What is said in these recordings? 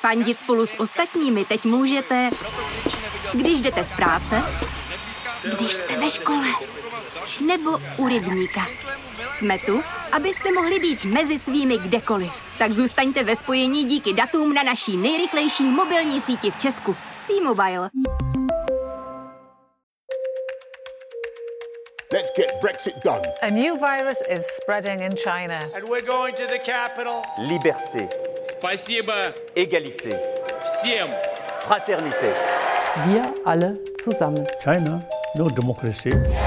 Fandit spolu s ostatními teď můžete, když jdete z práce, když jste ve škole, nebo u rybníka. Jsme tu, abyste mohli být mezi svými kdekoliv. Tak zůstaňte ve spojení díky datům na naší nejrychlejší mobilní síti v Česku. T-Mobile. Let's get Brexit done. A new virus is spreading in China. And we're going to the capital. Liberté. Спасибо. Égalité. Всем. Fraternité. Wir alle zusammen. China, no democracy.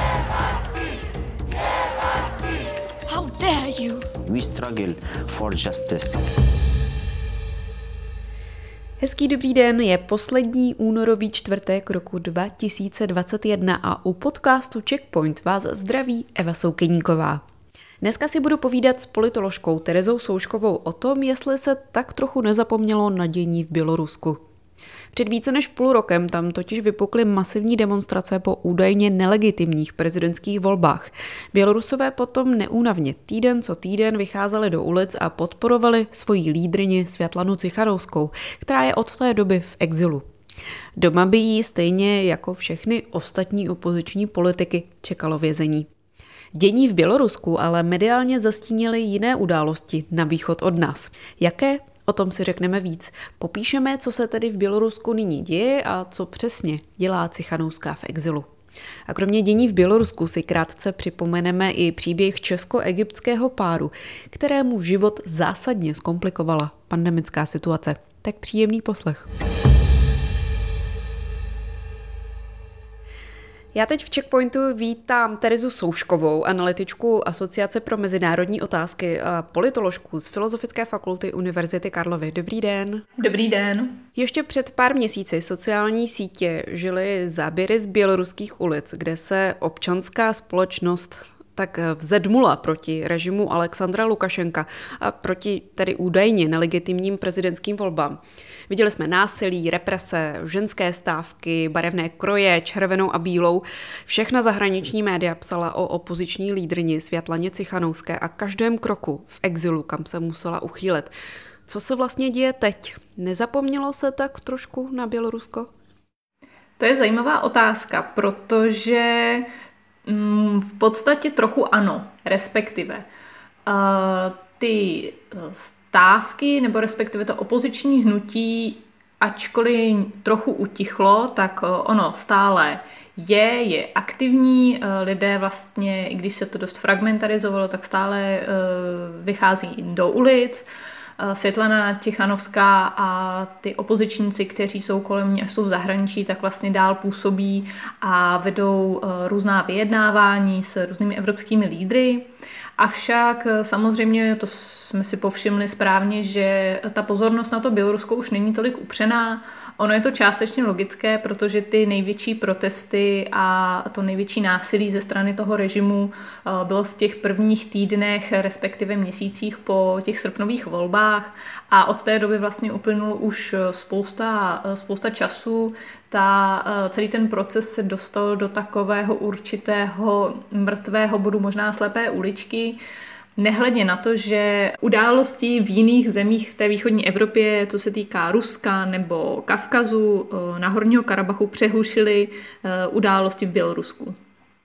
How dare you? We struggle for justice. Hezký dobrý den, je poslední únorový čtvrtek roku 2021 a u podcastu Checkpoint vás zdraví Eva Soukeníková. Dneska si budu povídat s politoložkou Terezou Souškovou o tom, jestli se tak trochu nezapomnělo na dění v Bělorusku. Před více než půl rokem tam totiž vypukly masivní demonstrace po údajně nelegitimních prezidentských volbách. Bělorusové potom neúnavně týden co týden vycházeli do ulic a podporovali svoji lídryni Světlanu Cichanouskou, která je od té doby v exilu. Doma by jí stejně jako všechny ostatní opoziční politiky čekalo vězení. Dění v Bělorusku ale mediálně zastínily jiné události na východ od nás. Jaké? O tom si řekneme víc. Popíšeme, co se tedy v Bělorusku nyní děje a co přesně dělá Cichanouská v exilu. A kromě dění v Bělorusku si krátce připomeneme i příběh česko-egyptského páru, kterému život zásadně zkomplikovala pandemická situace. Tak příjemný poslech. Já teď v Checkpointu vítám Terezu Souškovou, analytičku Asociace pro mezinárodní otázky a politoložku z Filozofické fakulty Univerzity Karlovy. Dobrý den. Dobrý den. Ještě před pár měsíci sociální sítě žily záběry z běloruských ulic, kde se občanská společnost tak vzedmula proti režimu Alexandra Lukašenka a proti tedy údajně nelegitimním prezidentským volbám. Viděli jsme násilí, represe, ženské stávky, barevné kroje, červenou a bílou. Všechna zahraniční média psala o opoziční lídrni Světlaně Cichanouské a každém kroku v exilu, kam se musela uchýlet. Co se vlastně děje teď? Nezapomnělo se tak trošku na Bělorusko? To je zajímavá otázka, protože v podstatě trochu ano, respektive. Ty stávky, nebo respektive to opoziční hnutí, ačkoliv trochu utichlo, tak ono stále je aktivní. Lidé vlastně, i když se to dost fragmentarizovalo, tak stále vychází do ulic. Světlana Cichanovská a ty opozičníci, kteří jsou kolem ní a jsou v zahraničí, tak vlastně dál působí a vedou různá vyjednávání s různými evropskými lídry. Avšak samozřejmě, to jsme si povšimli správně, že ta pozornost na to Bělorusko už není tolik upřená. Ono je to částečně logické, protože ty největší protesty a to největší násilí ze strany toho režimu bylo v těch prvních týdnech, respektive měsících po těch srpnových volbách a od té doby vlastně uplynul už spousta času. Celý ten proces se dostal do takového určitého mrtvého bodu, možná slepé uličky, nehledě na to, že události v jiných zemích v té východní Evropě, co se týká Ruska nebo Kavkazu, Nahorního Karabachu, přehlušily události v Bělorusku.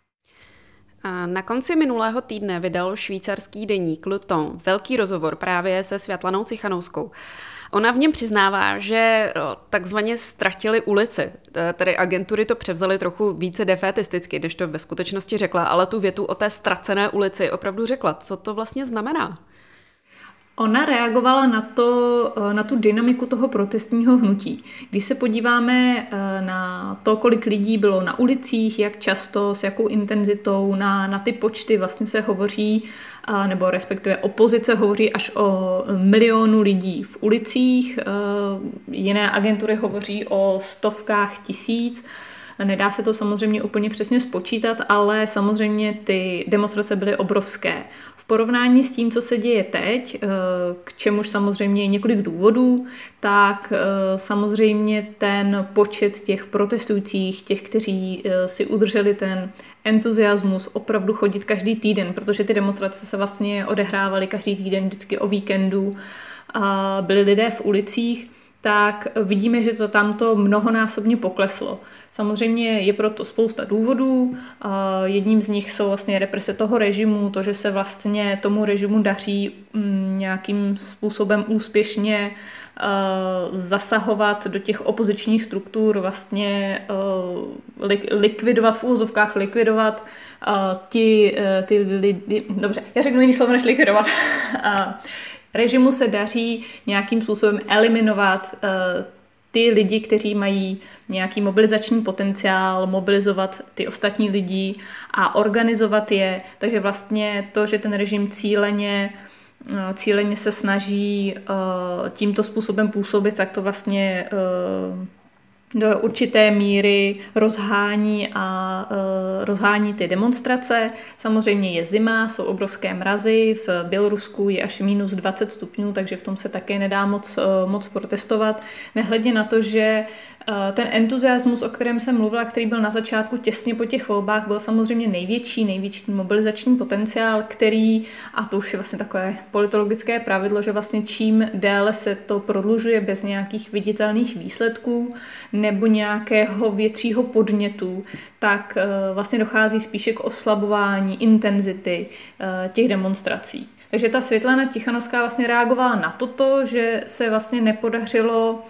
A na konci minulého týdne vydal švýcarský deník Le Temps velký rozhovor právě se Světlanou Cichanouskou. Ona v něm přiznává, že takzvaně ztratili ulici, tedy agentury to převzaly trochu více defétisticky, než to ve skutečnosti řekla, ale tu větu o té ztracené ulici opravdu řekla. Co to vlastně znamená? Ona reagovala na tu dynamiku toho protestního hnutí. Když se podíváme na to, kolik lidí bylo na ulicích, jak často, s jakou intenzitou, na ty počty vlastně se hovoří, nebo respektive opozice hovoří až o 1 milionu lidí v ulicích, jiné agentury hovoří o stovkách tisíc. Nedá se to samozřejmě úplně přesně spočítat, ale samozřejmě ty demonstrace byly obrovské. V porovnání s tím, co se děje teď, k čemuž samozřejmě je několik důvodů, tak samozřejmě ten počet těch protestujících, těch, kteří si udrželi ten entuziasmus opravdu chodit každý týden, protože ty demonstrace se vlastně odehrávaly každý týden vždycky o víkendu, byli lidé v ulicích, tak vidíme, že to tamto mnohonásobně pokleslo. Samozřejmě je proto spousta důvodů. Jedním z nich jsou vlastně represe toho režimu, to, že se vlastně tomu režimu daří nějakým způsobem úspěšně zasahovat do těch opozičních struktur, vlastně likvidovat, v úvozovkách likvidovat ty lidi. Dobře, já řeknu jiný slovo než likvidovat. Režimu se daří nějakým způsobem eliminovat ty lidi, kteří mají nějaký mobilizační potenciál, mobilizovat ty ostatní lidi a organizovat je. Takže vlastně to, že ten režim cíleně se snaží tímto způsobem působit, tak to vlastně do určité míry rozhání ty demonstrace. Samozřejmě je zima, jsou obrovské mrazy, v Bělorusku je až minus 20 stupňů, takže v tom se také nedá moc protestovat. Nehledě na to, že ten entuziasmus, o kterém jsem mluvila, který byl na začátku těsně po těch volbách, byl samozřejmě největší mobilizační potenciál, který, a to už je vlastně takové politologické pravidlo, že vlastně čím déle se to prodlužuje bez nějakých viditelných výsledků nebo nějakého většího podnětu, tak vlastně dochází spíše k oslabování intenzity těch demonstrací. Takže ta Světlana Tichanovská vlastně reagovala na toto, že se vlastně nepodařilo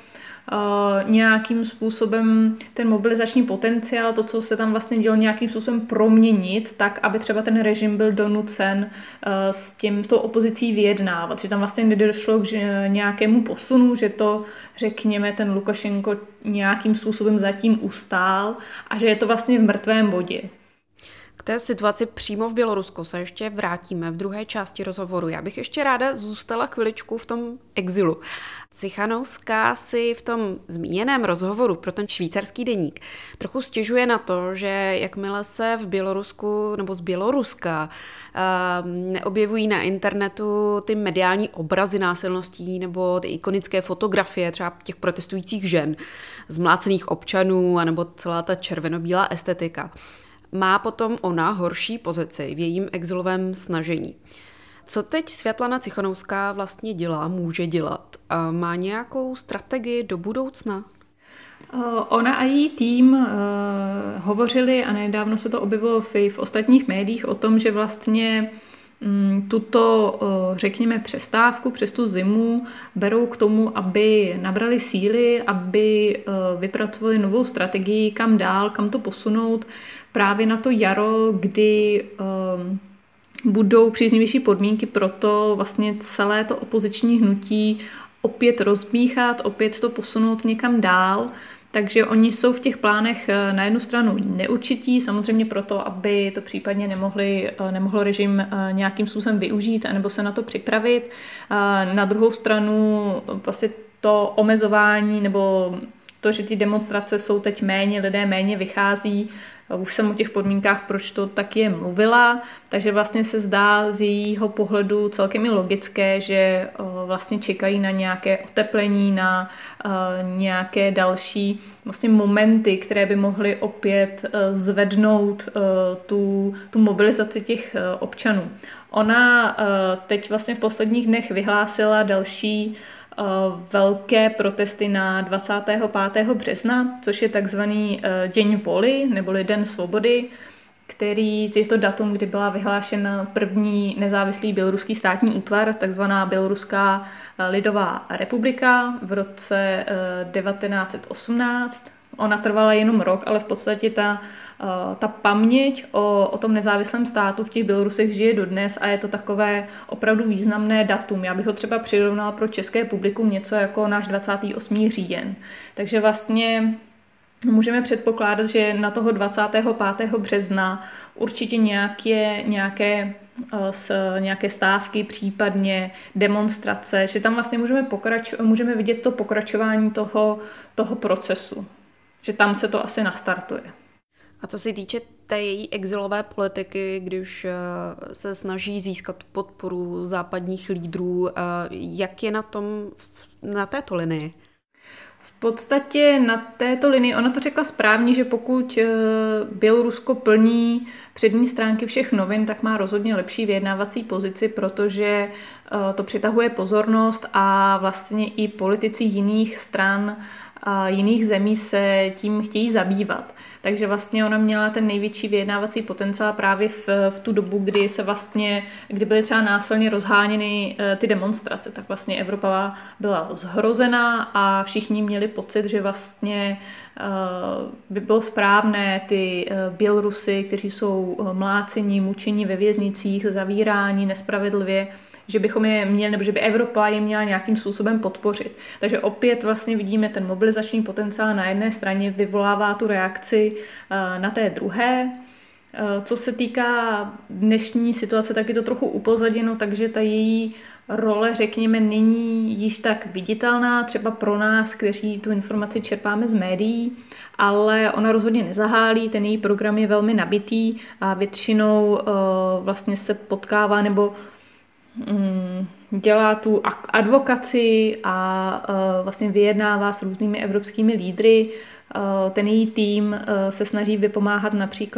nějakým způsobem ten mobilizační potenciál, to, co se tam vlastně dělo, nějakým způsobem proměnit, tak, aby třeba ten režim byl donucen s tou opozicí vyjednávat. Že tam vlastně nedošlo k nějakému posunu, že to, řekněme, ten Lukašenko nějakým způsobem zatím ustál a že je to vlastně v mrtvém bodě. K té situaci přímo v Bělorusku se ještě vrátíme v druhé části rozhovoru. Já bych ještě ráda zůstala chviličku v tom exilu. Tichanovská si v tom zmíněném rozhovoru pro ten švýcarský deník trochu stěžuje na to, že jakmile se v Bělorusku nebo z Běloruska neobjevují na internetu ty mediální obrazy násilností nebo ty ikonické fotografie třeba těch protestujících žen, zmlácených občanů anebo celá ta červenobílá estetika, má potom ona horší pozici v jejím exilovém snažení. Co teď Světlana Tichanovská vlastně dělá, může dělat? A má nějakou strategii do budoucna? Ona a její tým hovořili, a nedávno se to objevilo v ostatních médiích, o tom, že vlastně tuto, řekněme, přestávku přes tu zimu berou k tomu, aby nabrali síly, aby vypracovali novou strategii, kam dál, kam to posunout právě na to jaro, kdy budou příznivější podmínky pro to vlastně celé to opoziční hnutí opět rozmíchat, opět to posunout někam dál. Takže oni jsou v těch plánech na jednu stranu neurčití, samozřejmě proto, aby to případně nemohl režim nějakým způsobem využít anebo se na to připravit. Na druhou stranu vlastně to omezování nebo to, že ty demonstrace jsou teď méně, lidé méně vychází, už jsem o těch podmínkách, proč to tak je, mluvila, takže vlastně se zdá z jejího pohledu celkem i logické, že vlastně čekají na nějaké oteplení, na nějaké další vlastně momenty, které by mohly opět zvednout tu mobilizaci těch občanů. Ona teď vlastně v posledních dnech vyhlásila další velké protesty na 25. března, což je takzvaný Den voli, neboli Den svobody, který je to datum, kdy byla vyhlášena první nezávislý běloruský státní útvar, takzvaná Běloruská lidová republika v roce 1918. Ona trvala jenom rok, ale v podstatě ta paměť o tom nezávislém státu v těch Bělorusech žije dodnes a je to takové opravdu významné datum. Já bych ho třeba přirovnala pro české publikum něco jako náš 28. říjen. Takže vlastně můžeme předpokládat, že na toho 25. března určitě nějaké stávky, případně demonstrace, že tam vlastně můžeme vidět to pokračování toho procesu. Že tam se to asi nastartuje. A co se týče té její exilové politiky, když se snaží získat podporu západních lídrů, jak je na tom na této linii? V podstatě na této linii, ona to řekla správně, že pokud Bělorusko plní přední stránky všech novin, tak má rozhodně lepší vyjednávací pozici, protože to přitahuje pozornost a vlastně i politici jiných stran a jiných zemí se tím chtějí zabývat. Takže vlastně ona měla ten největší vyjednávací potenciál právě v tu dobu, kdy byly třeba násilně rozháněny ty demonstrace, tak vlastně Evropa byla zhrozená a všichni měli pocit, že vlastně by bylo správné ty Bělorusy, kteří jsou mláceni, mučeni ve věznicích, zavíráni nespravedlivě, že bychom je měli, nebo že by Evropa je měla nějakým způsobem podpořit. Takže opět vlastně vidíme ten mobilizační potenciál na jedné straně vyvolává tu reakci na té druhé. Co se týká dnešní situace, tak je to trochu upozaděno, takže ta její role, řekněme, není již tak viditelná, třeba pro nás, kteří tu informaci čerpáme z médií, ale ona rozhodně nezahálí, ten její program je velmi nabitý a většinou vlastně se potkává nebo dělá tu advokaci a vlastně vyjednává s různými evropskými lídry. Ten její tým se snaží vypomáhat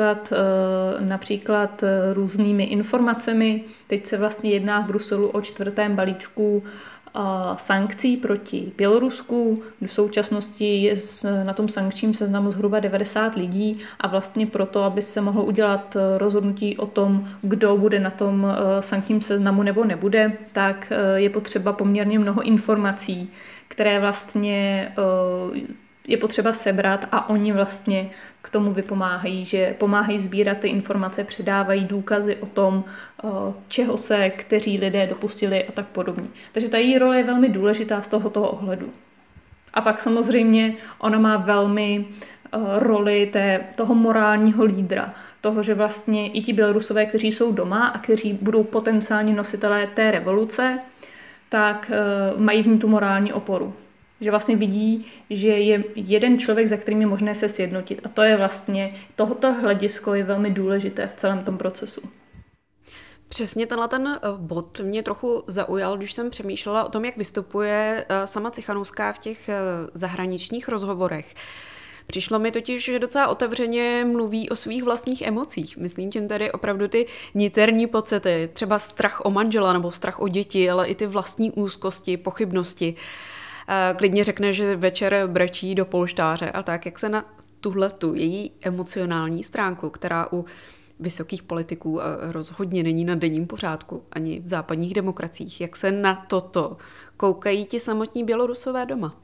například různými informacemi. Teď se vlastně jedná v Bruselu o 4. balíčku sankcí proti Bělorusku. V současnosti je na tom sankčním seznamu zhruba 90 lidí a vlastně proto, aby se mohlo udělat rozhodnutí o tom, kdo bude na tom sankčním seznamu nebo nebude, tak je potřeba poměrně mnoho informací, které vlastně je potřeba sebrat a oni vlastně k tomu vypomáhají, že pomáhají sbírat ty informace, předávají důkazy o tom, čeho se kteří lidé dopustili a tak podobně. Takže ta její role je velmi důležitá z tohoto ohledu. A pak samozřejmě ona má velmi roli toho morálního lídra, toho, že vlastně i ti Bělorusové, kteří jsou doma a kteří budou potenciálně nositelé té revoluce, tak mají v ní tu morální oporu. Že vlastně vidí, že je jeden člověk, za kterým je možné se sjednotit. A to je vlastně, tohoto hledisko je velmi důležité v celém tom procesu. Přesně ten bod mě trochu zaujal, když jsem přemýšlela o tom, jak vystupuje sama Cichanovská v těch zahraničních rozhovorech. Přišlo mi totiž, že docela otevřeně mluví o svých vlastních emocích. Myslím tím tady opravdu ty niterní pocity, třeba strach o manžela nebo strach o děti, ale i ty vlastní úzkosti, pochybnosti. Klidně řekne, že večer brečí do polštáře a tak, jak se na tuhletu její emocionální stránku, která u vysokých politiků rozhodně není na denním pořádku, ani v západních demokraciích, jak se na toto koukají ti samotní Bělorusové doma?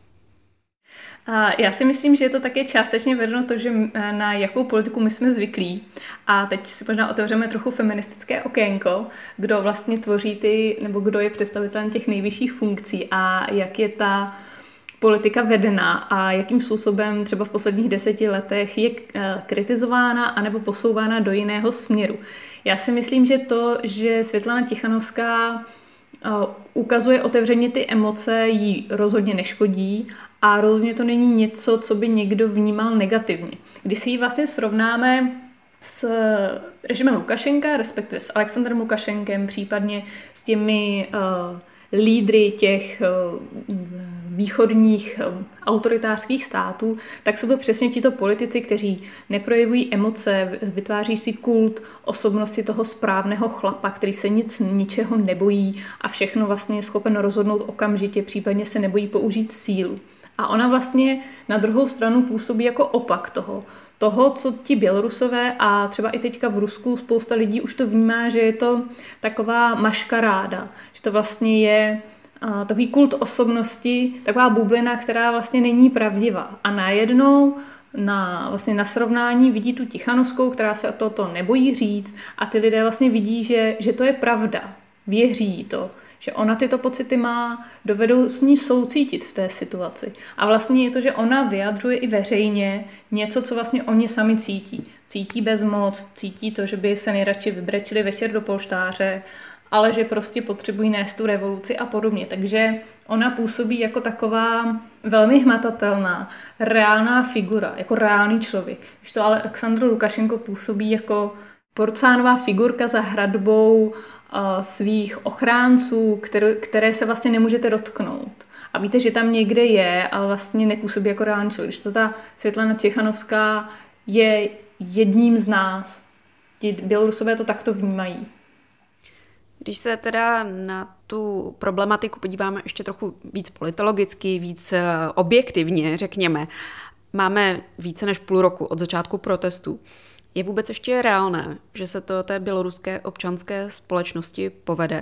Já si myslím, že je to také částečně vedeno to, že na jakou politiku my jsme zvyklí. A teď si možná otevřeme trochu feministické okénko, kdo vlastně tvoří nebo kdo je představitelem těch nejvyšších funkcí a jak je ta politika vedena a jakým způsobem třeba v posledních 10 letech je kritizována anebo posouvána do jiného směru. Já si myslím, že to, že Světlana Tichanovská ukazuje otevřeně ty emoce, jí rozhodně neškodí a rozhodně to není něco, co by někdo vnímal negativně. Když si ji vlastně srovnáme s režimem Lukašenka, respektive s Alexandrem Lukašenkem, případně s těmi lídry těch východních autoritářských států, tak jsou to přesně tito politici, kteří neprojevují emoce, vytváří si kult osobnosti toho správného chlapa, který se ničeho nebojí a všechno vlastně je schopen rozhodnout okamžitě, případně se nebojí použít sílu. A ona vlastně na druhou stranu působí jako opak toho, co ti Bělorusové a třeba i teďka v Rusku spousta lidí už to vnímá, že je to taková maškaráda, že to vlastně je takový kult osobnosti, taková bublina, která vlastně není pravdivá. A najednou na srovnání vidí tu Tichanovskou, která se o toto nebojí říct a ty lidé vlastně vidí, že to je pravda, věří to, že ona tyto pocity má, dovedou s ní soucítit v té situaci. A vlastně je to, že ona vyjadřuje i veřejně něco, co vlastně oni sami cítí. Cítí bezmoc, cítí to, že by se nejradši vybrečili večer do polštáře, ale že prostě potřebují nést tu revoluci a podobně. Takže ona působí jako taková velmi hmatatelná, reálná figura, jako reálný člověk. Když to Alexandr Lukašenko působí jako porcánová figurka za hradbou svých ochránců, které se vlastně nemůžete dotknout. A víte, že tam někde je, ale vlastně nepůsobí jako reálný člověk. Když to ta Světlana Cichanovská je jedním z nás. Ti Bělorusové to takto vnímají. Když se teda na tu problematiku podíváme ještě trochu víc politologicky, víc objektivně, řekněme, máme více než půl roku od začátku protestů. Je vůbec ještě reálné, že se to té běloruské občanské společnosti povede?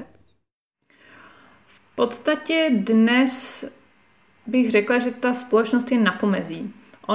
V podstatě dnes bych řekla, že ta společnost je na pomezí.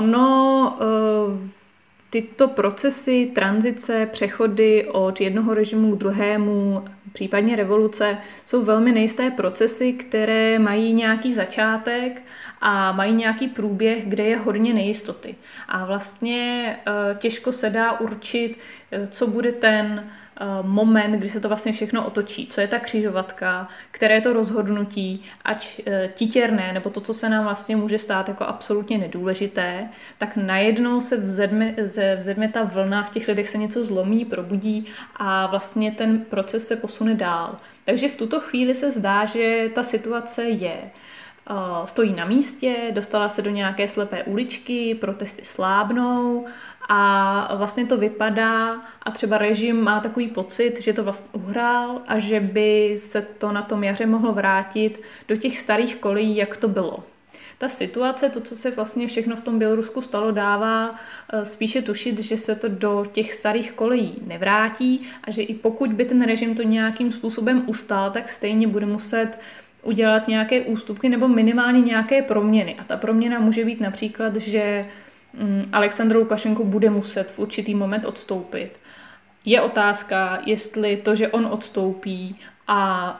Tyto procesy, tranzice, přechody od jednoho režimu k druhému, případně revoluce, jsou velmi nejisté procesy, které mají nějaký začátek a mají nějaký průběh, kde je hodně nejistoty. A vlastně těžko se dá určit, co bude ten moment, kdy se to vlastně všechno otočí. Co je ta křižovatka, které je to rozhodnutí, ať titěrné, nebo to, co se nám vlastně může stát jako absolutně nedůležité, tak najednou se vzedme ta vlna, v těch lidech se něco zlomí, probudí a vlastně ten proces se posune dál. Takže v tuto chvíli se zdá, že ta situace stojí na místě, dostala se do nějaké slepé uličky, protesty slábnou a vlastně to vypadá a třeba režim má takový pocit, že to vlastně uhrál a že by se to na tom jaře mohlo vrátit do těch starých kolejí, jak to bylo. Ta situace, to, co se vlastně všechno v tom Bělorusku stalo, dává spíše tušit, že se to do těch starých kolejí nevrátí a že i pokud by ten režim to nějakým způsobem ustál, tak stejně bude muset udělat nějaké ústupky nebo minimálně nějaké proměny. A ta proměna může být například, že Alexandr Lukašenko bude muset v určitý moment odstoupit. Je otázka, jestli to, že on odstoupí a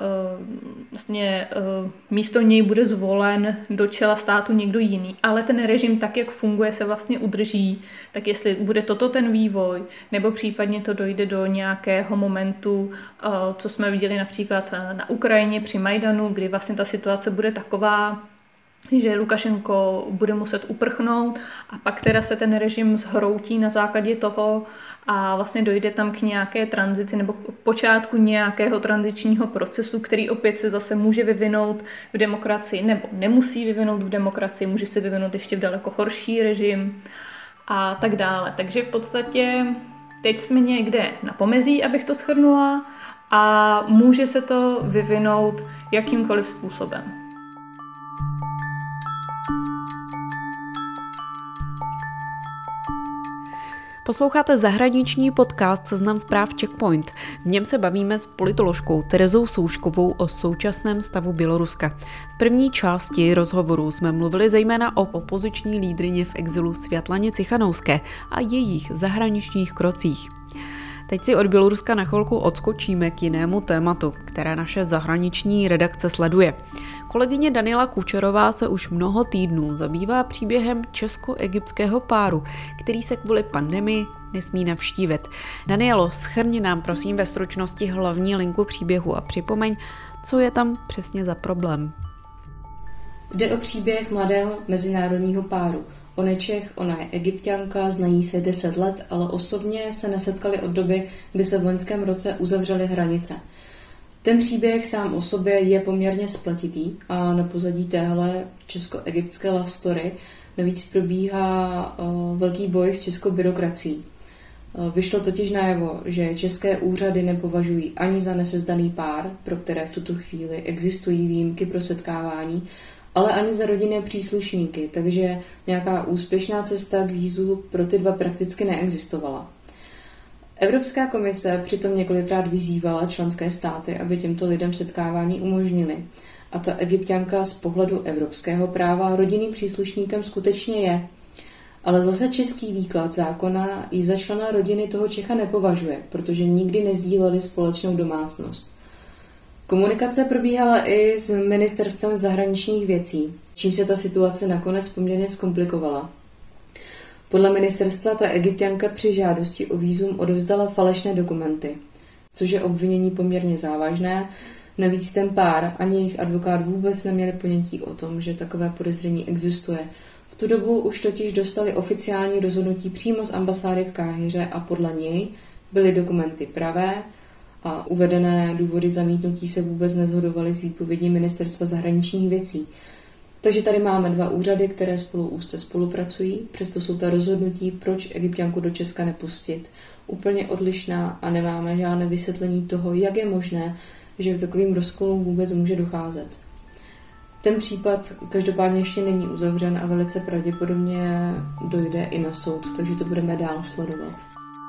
místo něj bude zvolen do čela státu někdo jiný, ale ten režim tak, jak funguje, se vlastně udrží, tak jestli bude toto ten vývoj, nebo případně to dojde do nějakého momentu, co jsme viděli například na Ukrajině při Majdanu, kdy vlastně ta situace bude taková, že Lukašenko bude muset uprchnout a pak teda se ten režim zhroutí na základě toho a vlastně dojde tam k nějaké tranzici nebo k počátku nějakého tranzičního procesu, který opět se zase může vyvinout v demokracii nebo nemusí vyvinout v demokracii, může se vyvinout ještě v daleko horší režim a tak dále. Takže v podstatě teď jsme někde na pomezí, abych to shrnula, a může se to vyvinout jakýmkoliv způsobem. Posloucháte zahraniční podcast Seznam zpráv Checkpoint. V něm se bavíme s politoložkou Terezou Souškovou o současném stavu Běloruska. V první části rozhovoru jsme mluvili zejména o opoziční lídryni v exilu Světlaně Cichanovské a jejich zahraničních krocích. Teď si od Běloruska na chvilku odskočíme k jinému tématu, které naše zahraniční redakce sleduje. Kolegyně Daniela Kučerová se už mnoho týdnů zabývá příběhem česko-egyptského páru, který se kvůli pandemii nesmí navštívit. Danielo, shrni nám prosím ve stručnosti hlavní linku příběhu a připomeň, co je tam přesně za problém. Jde o příběh mladého mezinárodního páru. On je Čech, ona je Egypťanka, znají se 10 let, ale osobně se nesetkali od doby, kdy se v loňském roce uzavřely hranice. Ten příběh sám o sobě je poměrně spletitý a na pozadí téhle česko-egyptské love story navíc probíhá velký boj s českou byrokracií. Vyšlo totiž najevo, že české úřady nepovažují ani za nesezdaný pár, pro které v tuto chvíli existují výjimky pro setkávání, ale ani za rodinné příslušníky, takže nějaká úspěšná cesta k vízu pro ty dva prakticky neexistovala. Evropská komise přitom několikrát vyzývala členské státy, aby těmto lidem setkávání umožnili. A ta Egypťanka z pohledu evropského práva rodinným příslušníkem skutečně je. Ale zase český výklad zákona ji za člena rodiny toho Čecha nepovažuje, protože nikdy nezdíleli společnou domácnost. Komunikace probíhala i s ministerstvem zahraničních věcí, čím se ta situace nakonec poměrně zkomplikovala. Podle ministerstva ta Egypťanka při žádosti o vízum odevzdala falešné dokumenty, což je obvinění poměrně závažné. Navíc ten pár ani jejich advokát vůbec neměli ponětí o tom, že takové podezření existuje. V tu dobu už totiž dostali oficiální rozhodnutí přímo z ambasády v Káhiře a podle něj byly dokumenty pravé a uvedené důvody zamítnutí se vůbec neshodovaly s výpovědí ministerstva zahraničních věcí. Takže tady máme 2 úřady, které spolu úzce spolupracují, přesto jsou ta rozhodnutí, proč Egypťanku do Česka nepustit, úplně odlišná a nemáme žádné vysvětlení toho, jak je možné, že k takovým rozkolům vůbec může docházet. Ten případ každopádně ještě není uzavřen a velice pravděpodobně dojde i na soud, takže to budeme dál sledovat.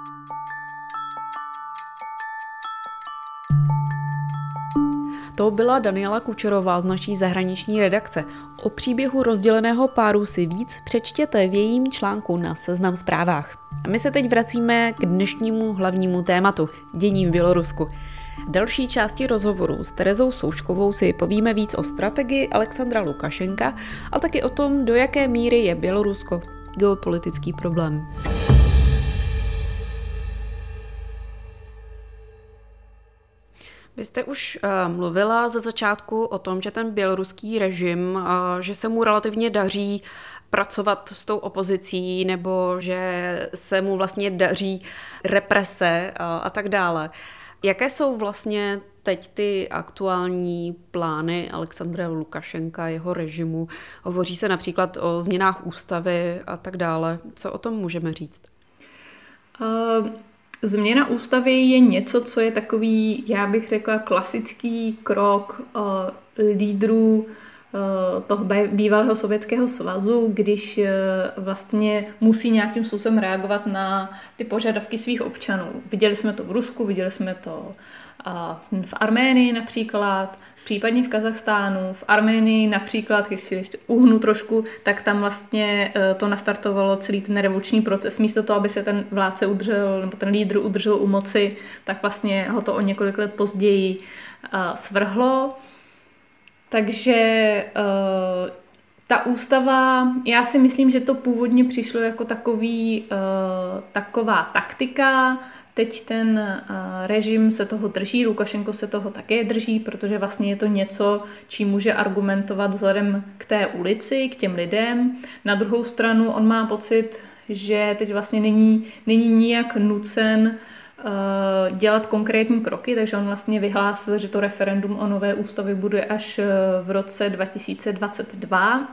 To byla Daniela Kučerová z naší zahraniční redakce. O příběhu rozděleného páru si víc přečtěte v jejím článku na Seznam Zprávách. A my se teď vracíme k dnešnímu hlavnímu tématu – dění v Bělorusku. V další části rozhovoru s Terezou Souškovou si povíme víc o strategii Alexandra Lukašenka a taky o tom, do jaké míry je Bělorusko geopolitický problém. Vy jste už mluvila ze začátku o tom, že ten běloruský režim, že se mu relativně daří pracovat s tou opozicí nebo že se mu vlastně daří represe a tak dále. Jaké jsou vlastně teď ty aktuální plány Alexandra Lukašenka, jeho režimu? Hovoří se například o změnách ústavy a tak dále. Co o tom můžeme říct? Změna ústavy je něco, co je takový, já bych řekla, klasický krok lídrů toho bývalého Sovětského svazu, když vlastně musí nějakým způsobem reagovat na ty požadavky svých občanů. Viděli jsme to v Rusku, viděli jsme to v Arménii například, případně v Kazachstánu, v Arménii například, když ještě uhnu trošku, tak tam vlastně to nastartovalo celý ten revoluční proces. Místo toho, aby se ten vládce udržel, nebo ten lídr udržel u moci, tak vlastně ho to o několik let později svrhlo. Takže ta ústava, já si myslím, že to původně přišlo jako taková taktika. Teď ten režim se toho drží, Lukašenko se toho také drží, protože vlastně je to něco, čím může argumentovat vzhledem k té ulici, k těm lidem. Na druhou stranu on má pocit, že teď vlastně není nijak nucen dělat konkrétní kroky, takže on vlastně vyhlásil, že to referendum o nové ústavě bude až v roce 2022.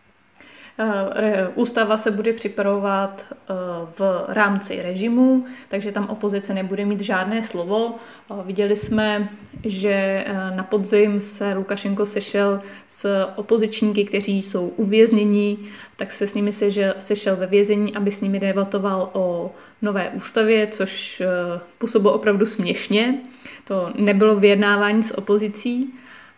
Ústava se bude připravovat v rámci režimu, takže tam opozice nebude mít žádné slovo. Viděli jsme, že na podzim se Lukašenko sešel s opozičníky, kteří jsou uvězněni, tak se s nimi sešel ve vězení, aby s nimi debatoval o nové ústavě, což působilo opravdu směšně. To nebylo vyjednávání s opozicí.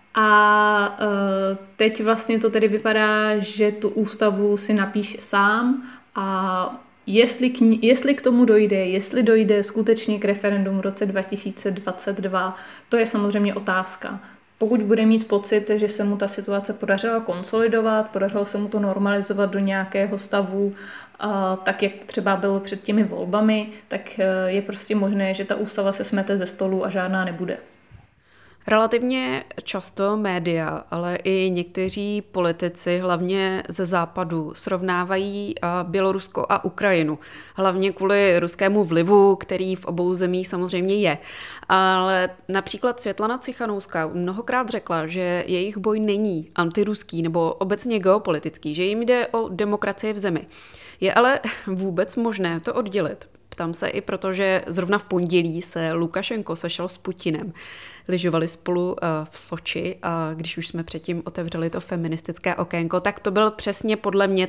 A teď vlastně to tedy vypadá, že tu ústavu si napíše sám a jestli k tomu dojde, jestli dojde skutečně k referendum v roce 2022, to je samozřejmě otázka. Pokud bude mít pocit, že se mu ta situace podařila konsolidovat, podařilo se mu to normalizovat do nějakého stavu, tak jak třeba bylo před těmi volbami, tak je prostě možné, že ta ústava se smete ze stolu a žádná nebude. Relativně často média, ale i někteří politici, hlavně ze západu, srovnávají Bělorusko a Ukrajinu. Hlavně kvůli ruskému vlivu, který v obou zemích samozřejmě je. Ale například Světlana Cichanouská mnohokrát řekla, že jejich boj není antiruský nebo obecně geopolitický, že jim jde o demokracii v zemi. Je ale vůbec možné to oddělit? Ptám se i proto, že zrovna v pondělí se Lukašenko sešel s Putinem. Lyžovali spolu v Soči a když už jsme předtím otevřeli to feministické okénko, tak to byl přesně podle mě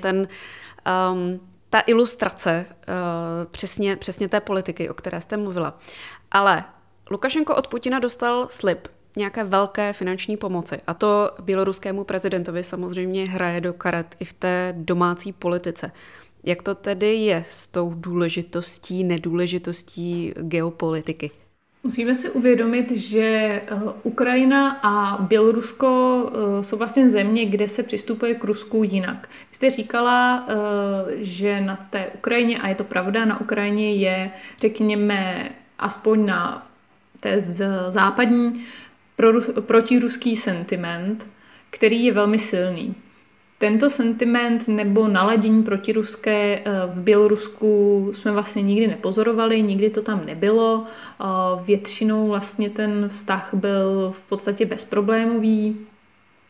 ta ilustrace přesně té politiky, o které jste mluvila. Ale Lukašenko od Putina dostal slib nějaké velké finanční pomoci a to běloruskému prezidentovi samozřejmě hraje do karet i v té domácí politice. Jak to tedy je s tou důležitostí, nedůležitostí geopolitiky? Musíme si uvědomit, že Ukrajina a Bělorusko jsou vlastně země, kde se přistupuje k Rusku jinak. Vy jste říkala, že na té Ukrajině, a je to pravda, na Ukrajině je, řekněme, aspoň na té západní protiruský sentiment, který je velmi silný. Tento sentiment nebo naladění protiruské v Bělorusku jsme vlastně nikdy nepozorovali, nikdy to tam nebylo. Většinou vlastně ten vztah byl v podstatě bezproblémový.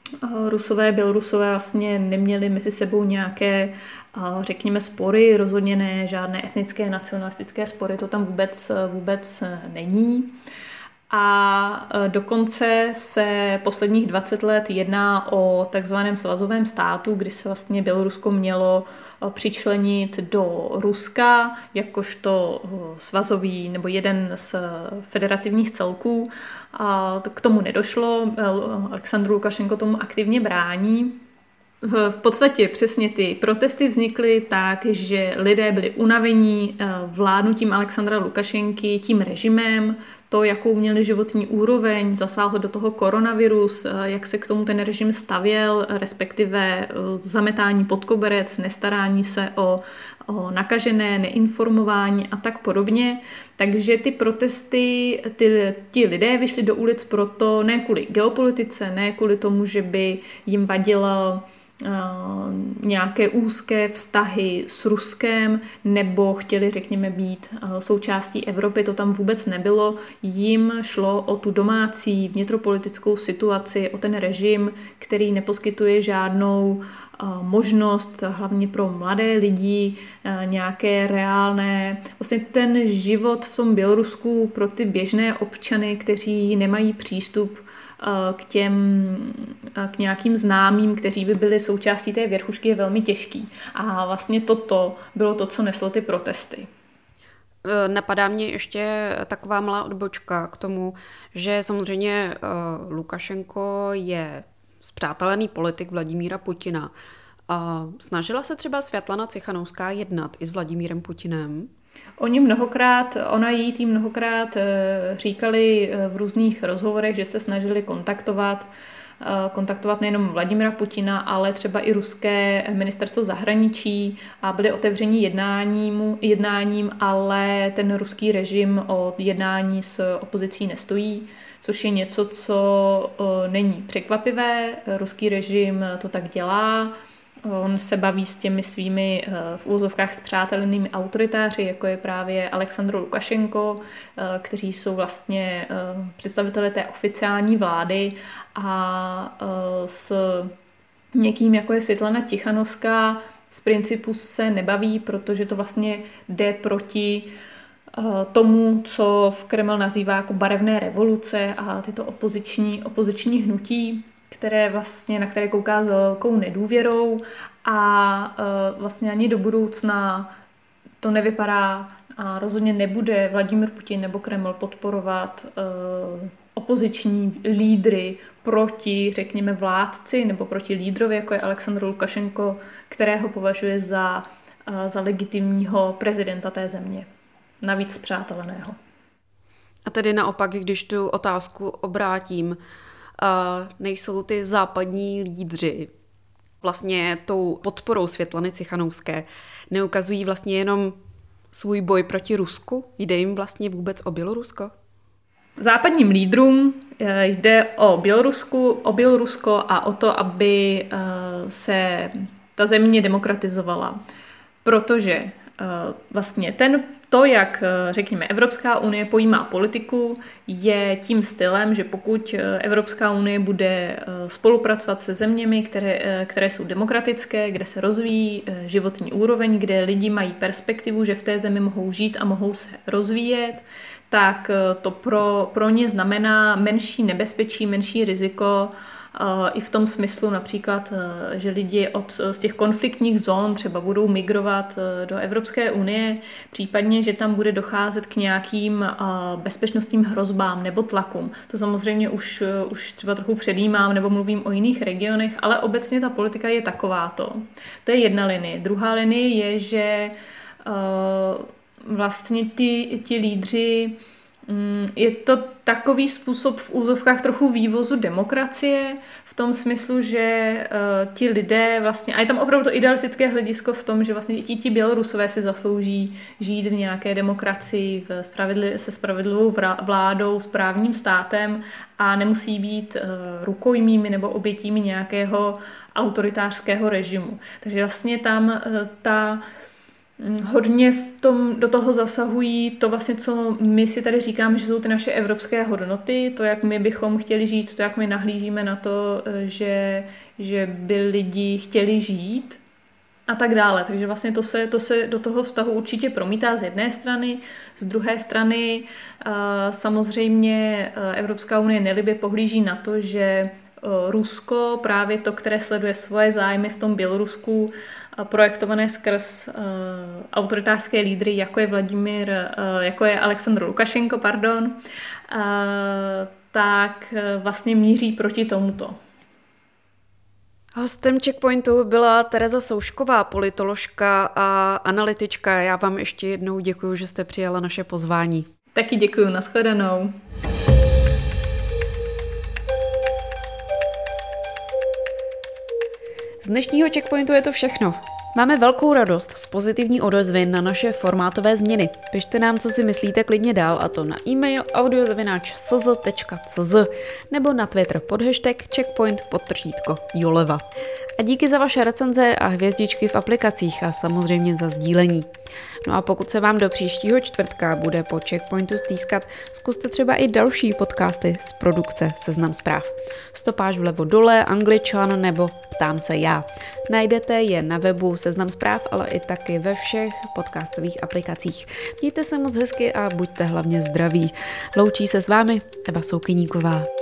Rusové, Bělorusové vlastně neměli mezi sebou nějaké, řekněme, spory, rozhodně ne žádné etnické, nacionalistické spory, to tam vůbec není. A dokonce se posledních 20 let jedná o takzvaném svazovém státu, kdy se vlastně Bělorusko mělo přičlenit do Ruska jakožto svazový nebo jeden z federativních celků. A k tomu nedošlo, Alexandr Lukašenko tomu aktivně brání. V podstatě přesně ty protesty vznikly tak, že lidé byli unavení vládnutím Alexandra Lukašenky, tím režimem, to, jakou měli životní úroveň, zasáhl do toho koronavirus, jak se k tomu ten režim stavěl, respektive zametání pod koberec, nestarání se o nakažené, neinformování a tak podobně. Takže ty protesty, ti lidé vyšli do ulic proto ne kvůli geopolitice, ne kvůli tomu, že by jim vadilo nějaké úzké vztahy s Ruskem nebo chtěli, řekněme, být součástí Evropy, to tam vůbec nebylo. Jim šlo o tu domácí vnitropolitickou situaci, o ten režim, který neposkytuje žádnou možnost, hlavně pro mladé lidi, nějaké reálné, vlastně ten život v tom Bělorusku pro ty běžné občany, kteří nemají přístup k nějakým známým, kteří by byli součástí té věrchušky, je velmi těžký. A vlastně toto bylo to, co neslo ty protesty. Napadá mě ještě taková malá odbočka k tomu, že samozřejmě Lukašenko je spřátelený politik Vladimíra Putina. Snažila se třeba Světlana Cichanovská jednat i s Vladimírem Putinem? Ona jí tým mnohokrát říkali v různých rozhovorech, že se snažili kontaktovat nejenom Vladimira Putina, ale třeba i ruské ministerstvo zahraničí a byli otevření jednáním, ale ten ruský režim o jednání s opozicí nestojí, což je něco, co není překvapivé. Ruský režim to tak dělá. On se baví s těmi svými v úvozovkách spřátelenými autoritáři, jako je právě Alexandr Lukašenko, kteří jsou vlastně představitelé té oficiální vlády a s někým, jako je Světlana Tichanovská, z principu se nebaví, protože to vlastně jde proti tomu, co v Kreml nazývá jako barevné revoluce a tyto opoziční hnutí, na které kouká s velkou nedůvěrou a vlastně ani do budoucna to nevypadá a rozhodně nebude Vladimír Putin nebo Kreml podporovat opoziční lídry proti, řekněme, vládci nebo proti lídrovi, jako je Alexandr Lukašenko, kterého považuje za legitimního prezidenta té země, navíc spřáteleného. A tedy naopak, když tu otázku obrátím, nejsou ty západní lídři vlastně tou podporou Světlany Cichanovské, neukazují vlastně jenom svůj boj proti Rusku? Jde jim vlastně vůbec o Bělorusko? Západním lídrům jde o Bělorusko a o to, aby se ta země demokratizovala. Protože vlastně to, jak, řekněme, Evropská unie pojímá politiku, je tím stylem, že pokud Evropská unie bude spolupracovat se zeměmi, které jsou demokratické, kde se rozvíjí životní úroveň, kde lidi mají perspektivu, že v té zemi mohou žít a mohou se rozvíjet, tak to pro ně znamená menší nebezpečí, menší riziko, i v tom smyslu například, že lidi z těch konfliktních zón třeba budou migrovat do Evropské unie, případně, že tam bude docházet k nějakým bezpečnostním hrozbám nebo tlakům. To samozřejmě už třeba trochu předjímám nebo mluvím o jiných regionech, ale obecně ta politika je takováto. To je jedna linie. Druhá linie je, že vlastně ti lídři, je to takový způsob v úzovkách trochu vývozu demokracie, v tom smyslu, že ti lidé vlastně, a je tam opravdu to idealistické hledisko v tom, že vlastně ti Bělorusové si zaslouží žít v nějaké demokracii, se spravedlivou vládou, s právním státem a nemusí být rukojmími nebo obětími nějakého autoritářského režimu. Takže vlastně tam Hodně do toho zasahují to vlastně, co my si tady říkáme, že jsou ty naše evropské hodnoty, to, jak my bychom chtěli žít, to, jak my nahlížíme na to, že by lidi chtěli žít a tak dále. Takže vlastně to se do toho vztahu určitě promítá z jedné strany, z druhé strany samozřejmě Evropská unie nelibě pohlíží na to, že Rusko, právě to, které sleduje svoje zájmy v tom Bělorusku, projektované skrz autoritářské lídry, jako je Alexandr Lukašenko, tak vlastně míří proti tomuto. Hostem Checkpointu byla Tereza Soušková, politoložka a analytička. Já vám ještě jednou děkuji, že jste přijala naše pozvání. Taky děkuji, nashledanou. Z dnešního Checkpointu je to všechno. Máme velkou radost z pozitivní odezvy na naše formátové změny. Pište nám, co si myslíte, klidně dál, a to na e-mail audio@cz.cz nebo na Twitter pod hashtag checkpoint_Joleva. A díky za vaše recenze a hvězdičky v aplikacích a samozřejmě za sdílení. No a pokud se vám do příštího čtvrtka bude po Checkpointu stýskat, zkuste třeba i další podcasty z produkce Seznam zpráv. Stopáž vlevo dole, Angličan nebo Ptám se já. Najdete je na webu Seznam zpráv, ale i taky ve všech podcastových aplikacích. Mějte se moc hezky a buďte hlavně zdraví. Loučí se s vámi Eva Soukyníková.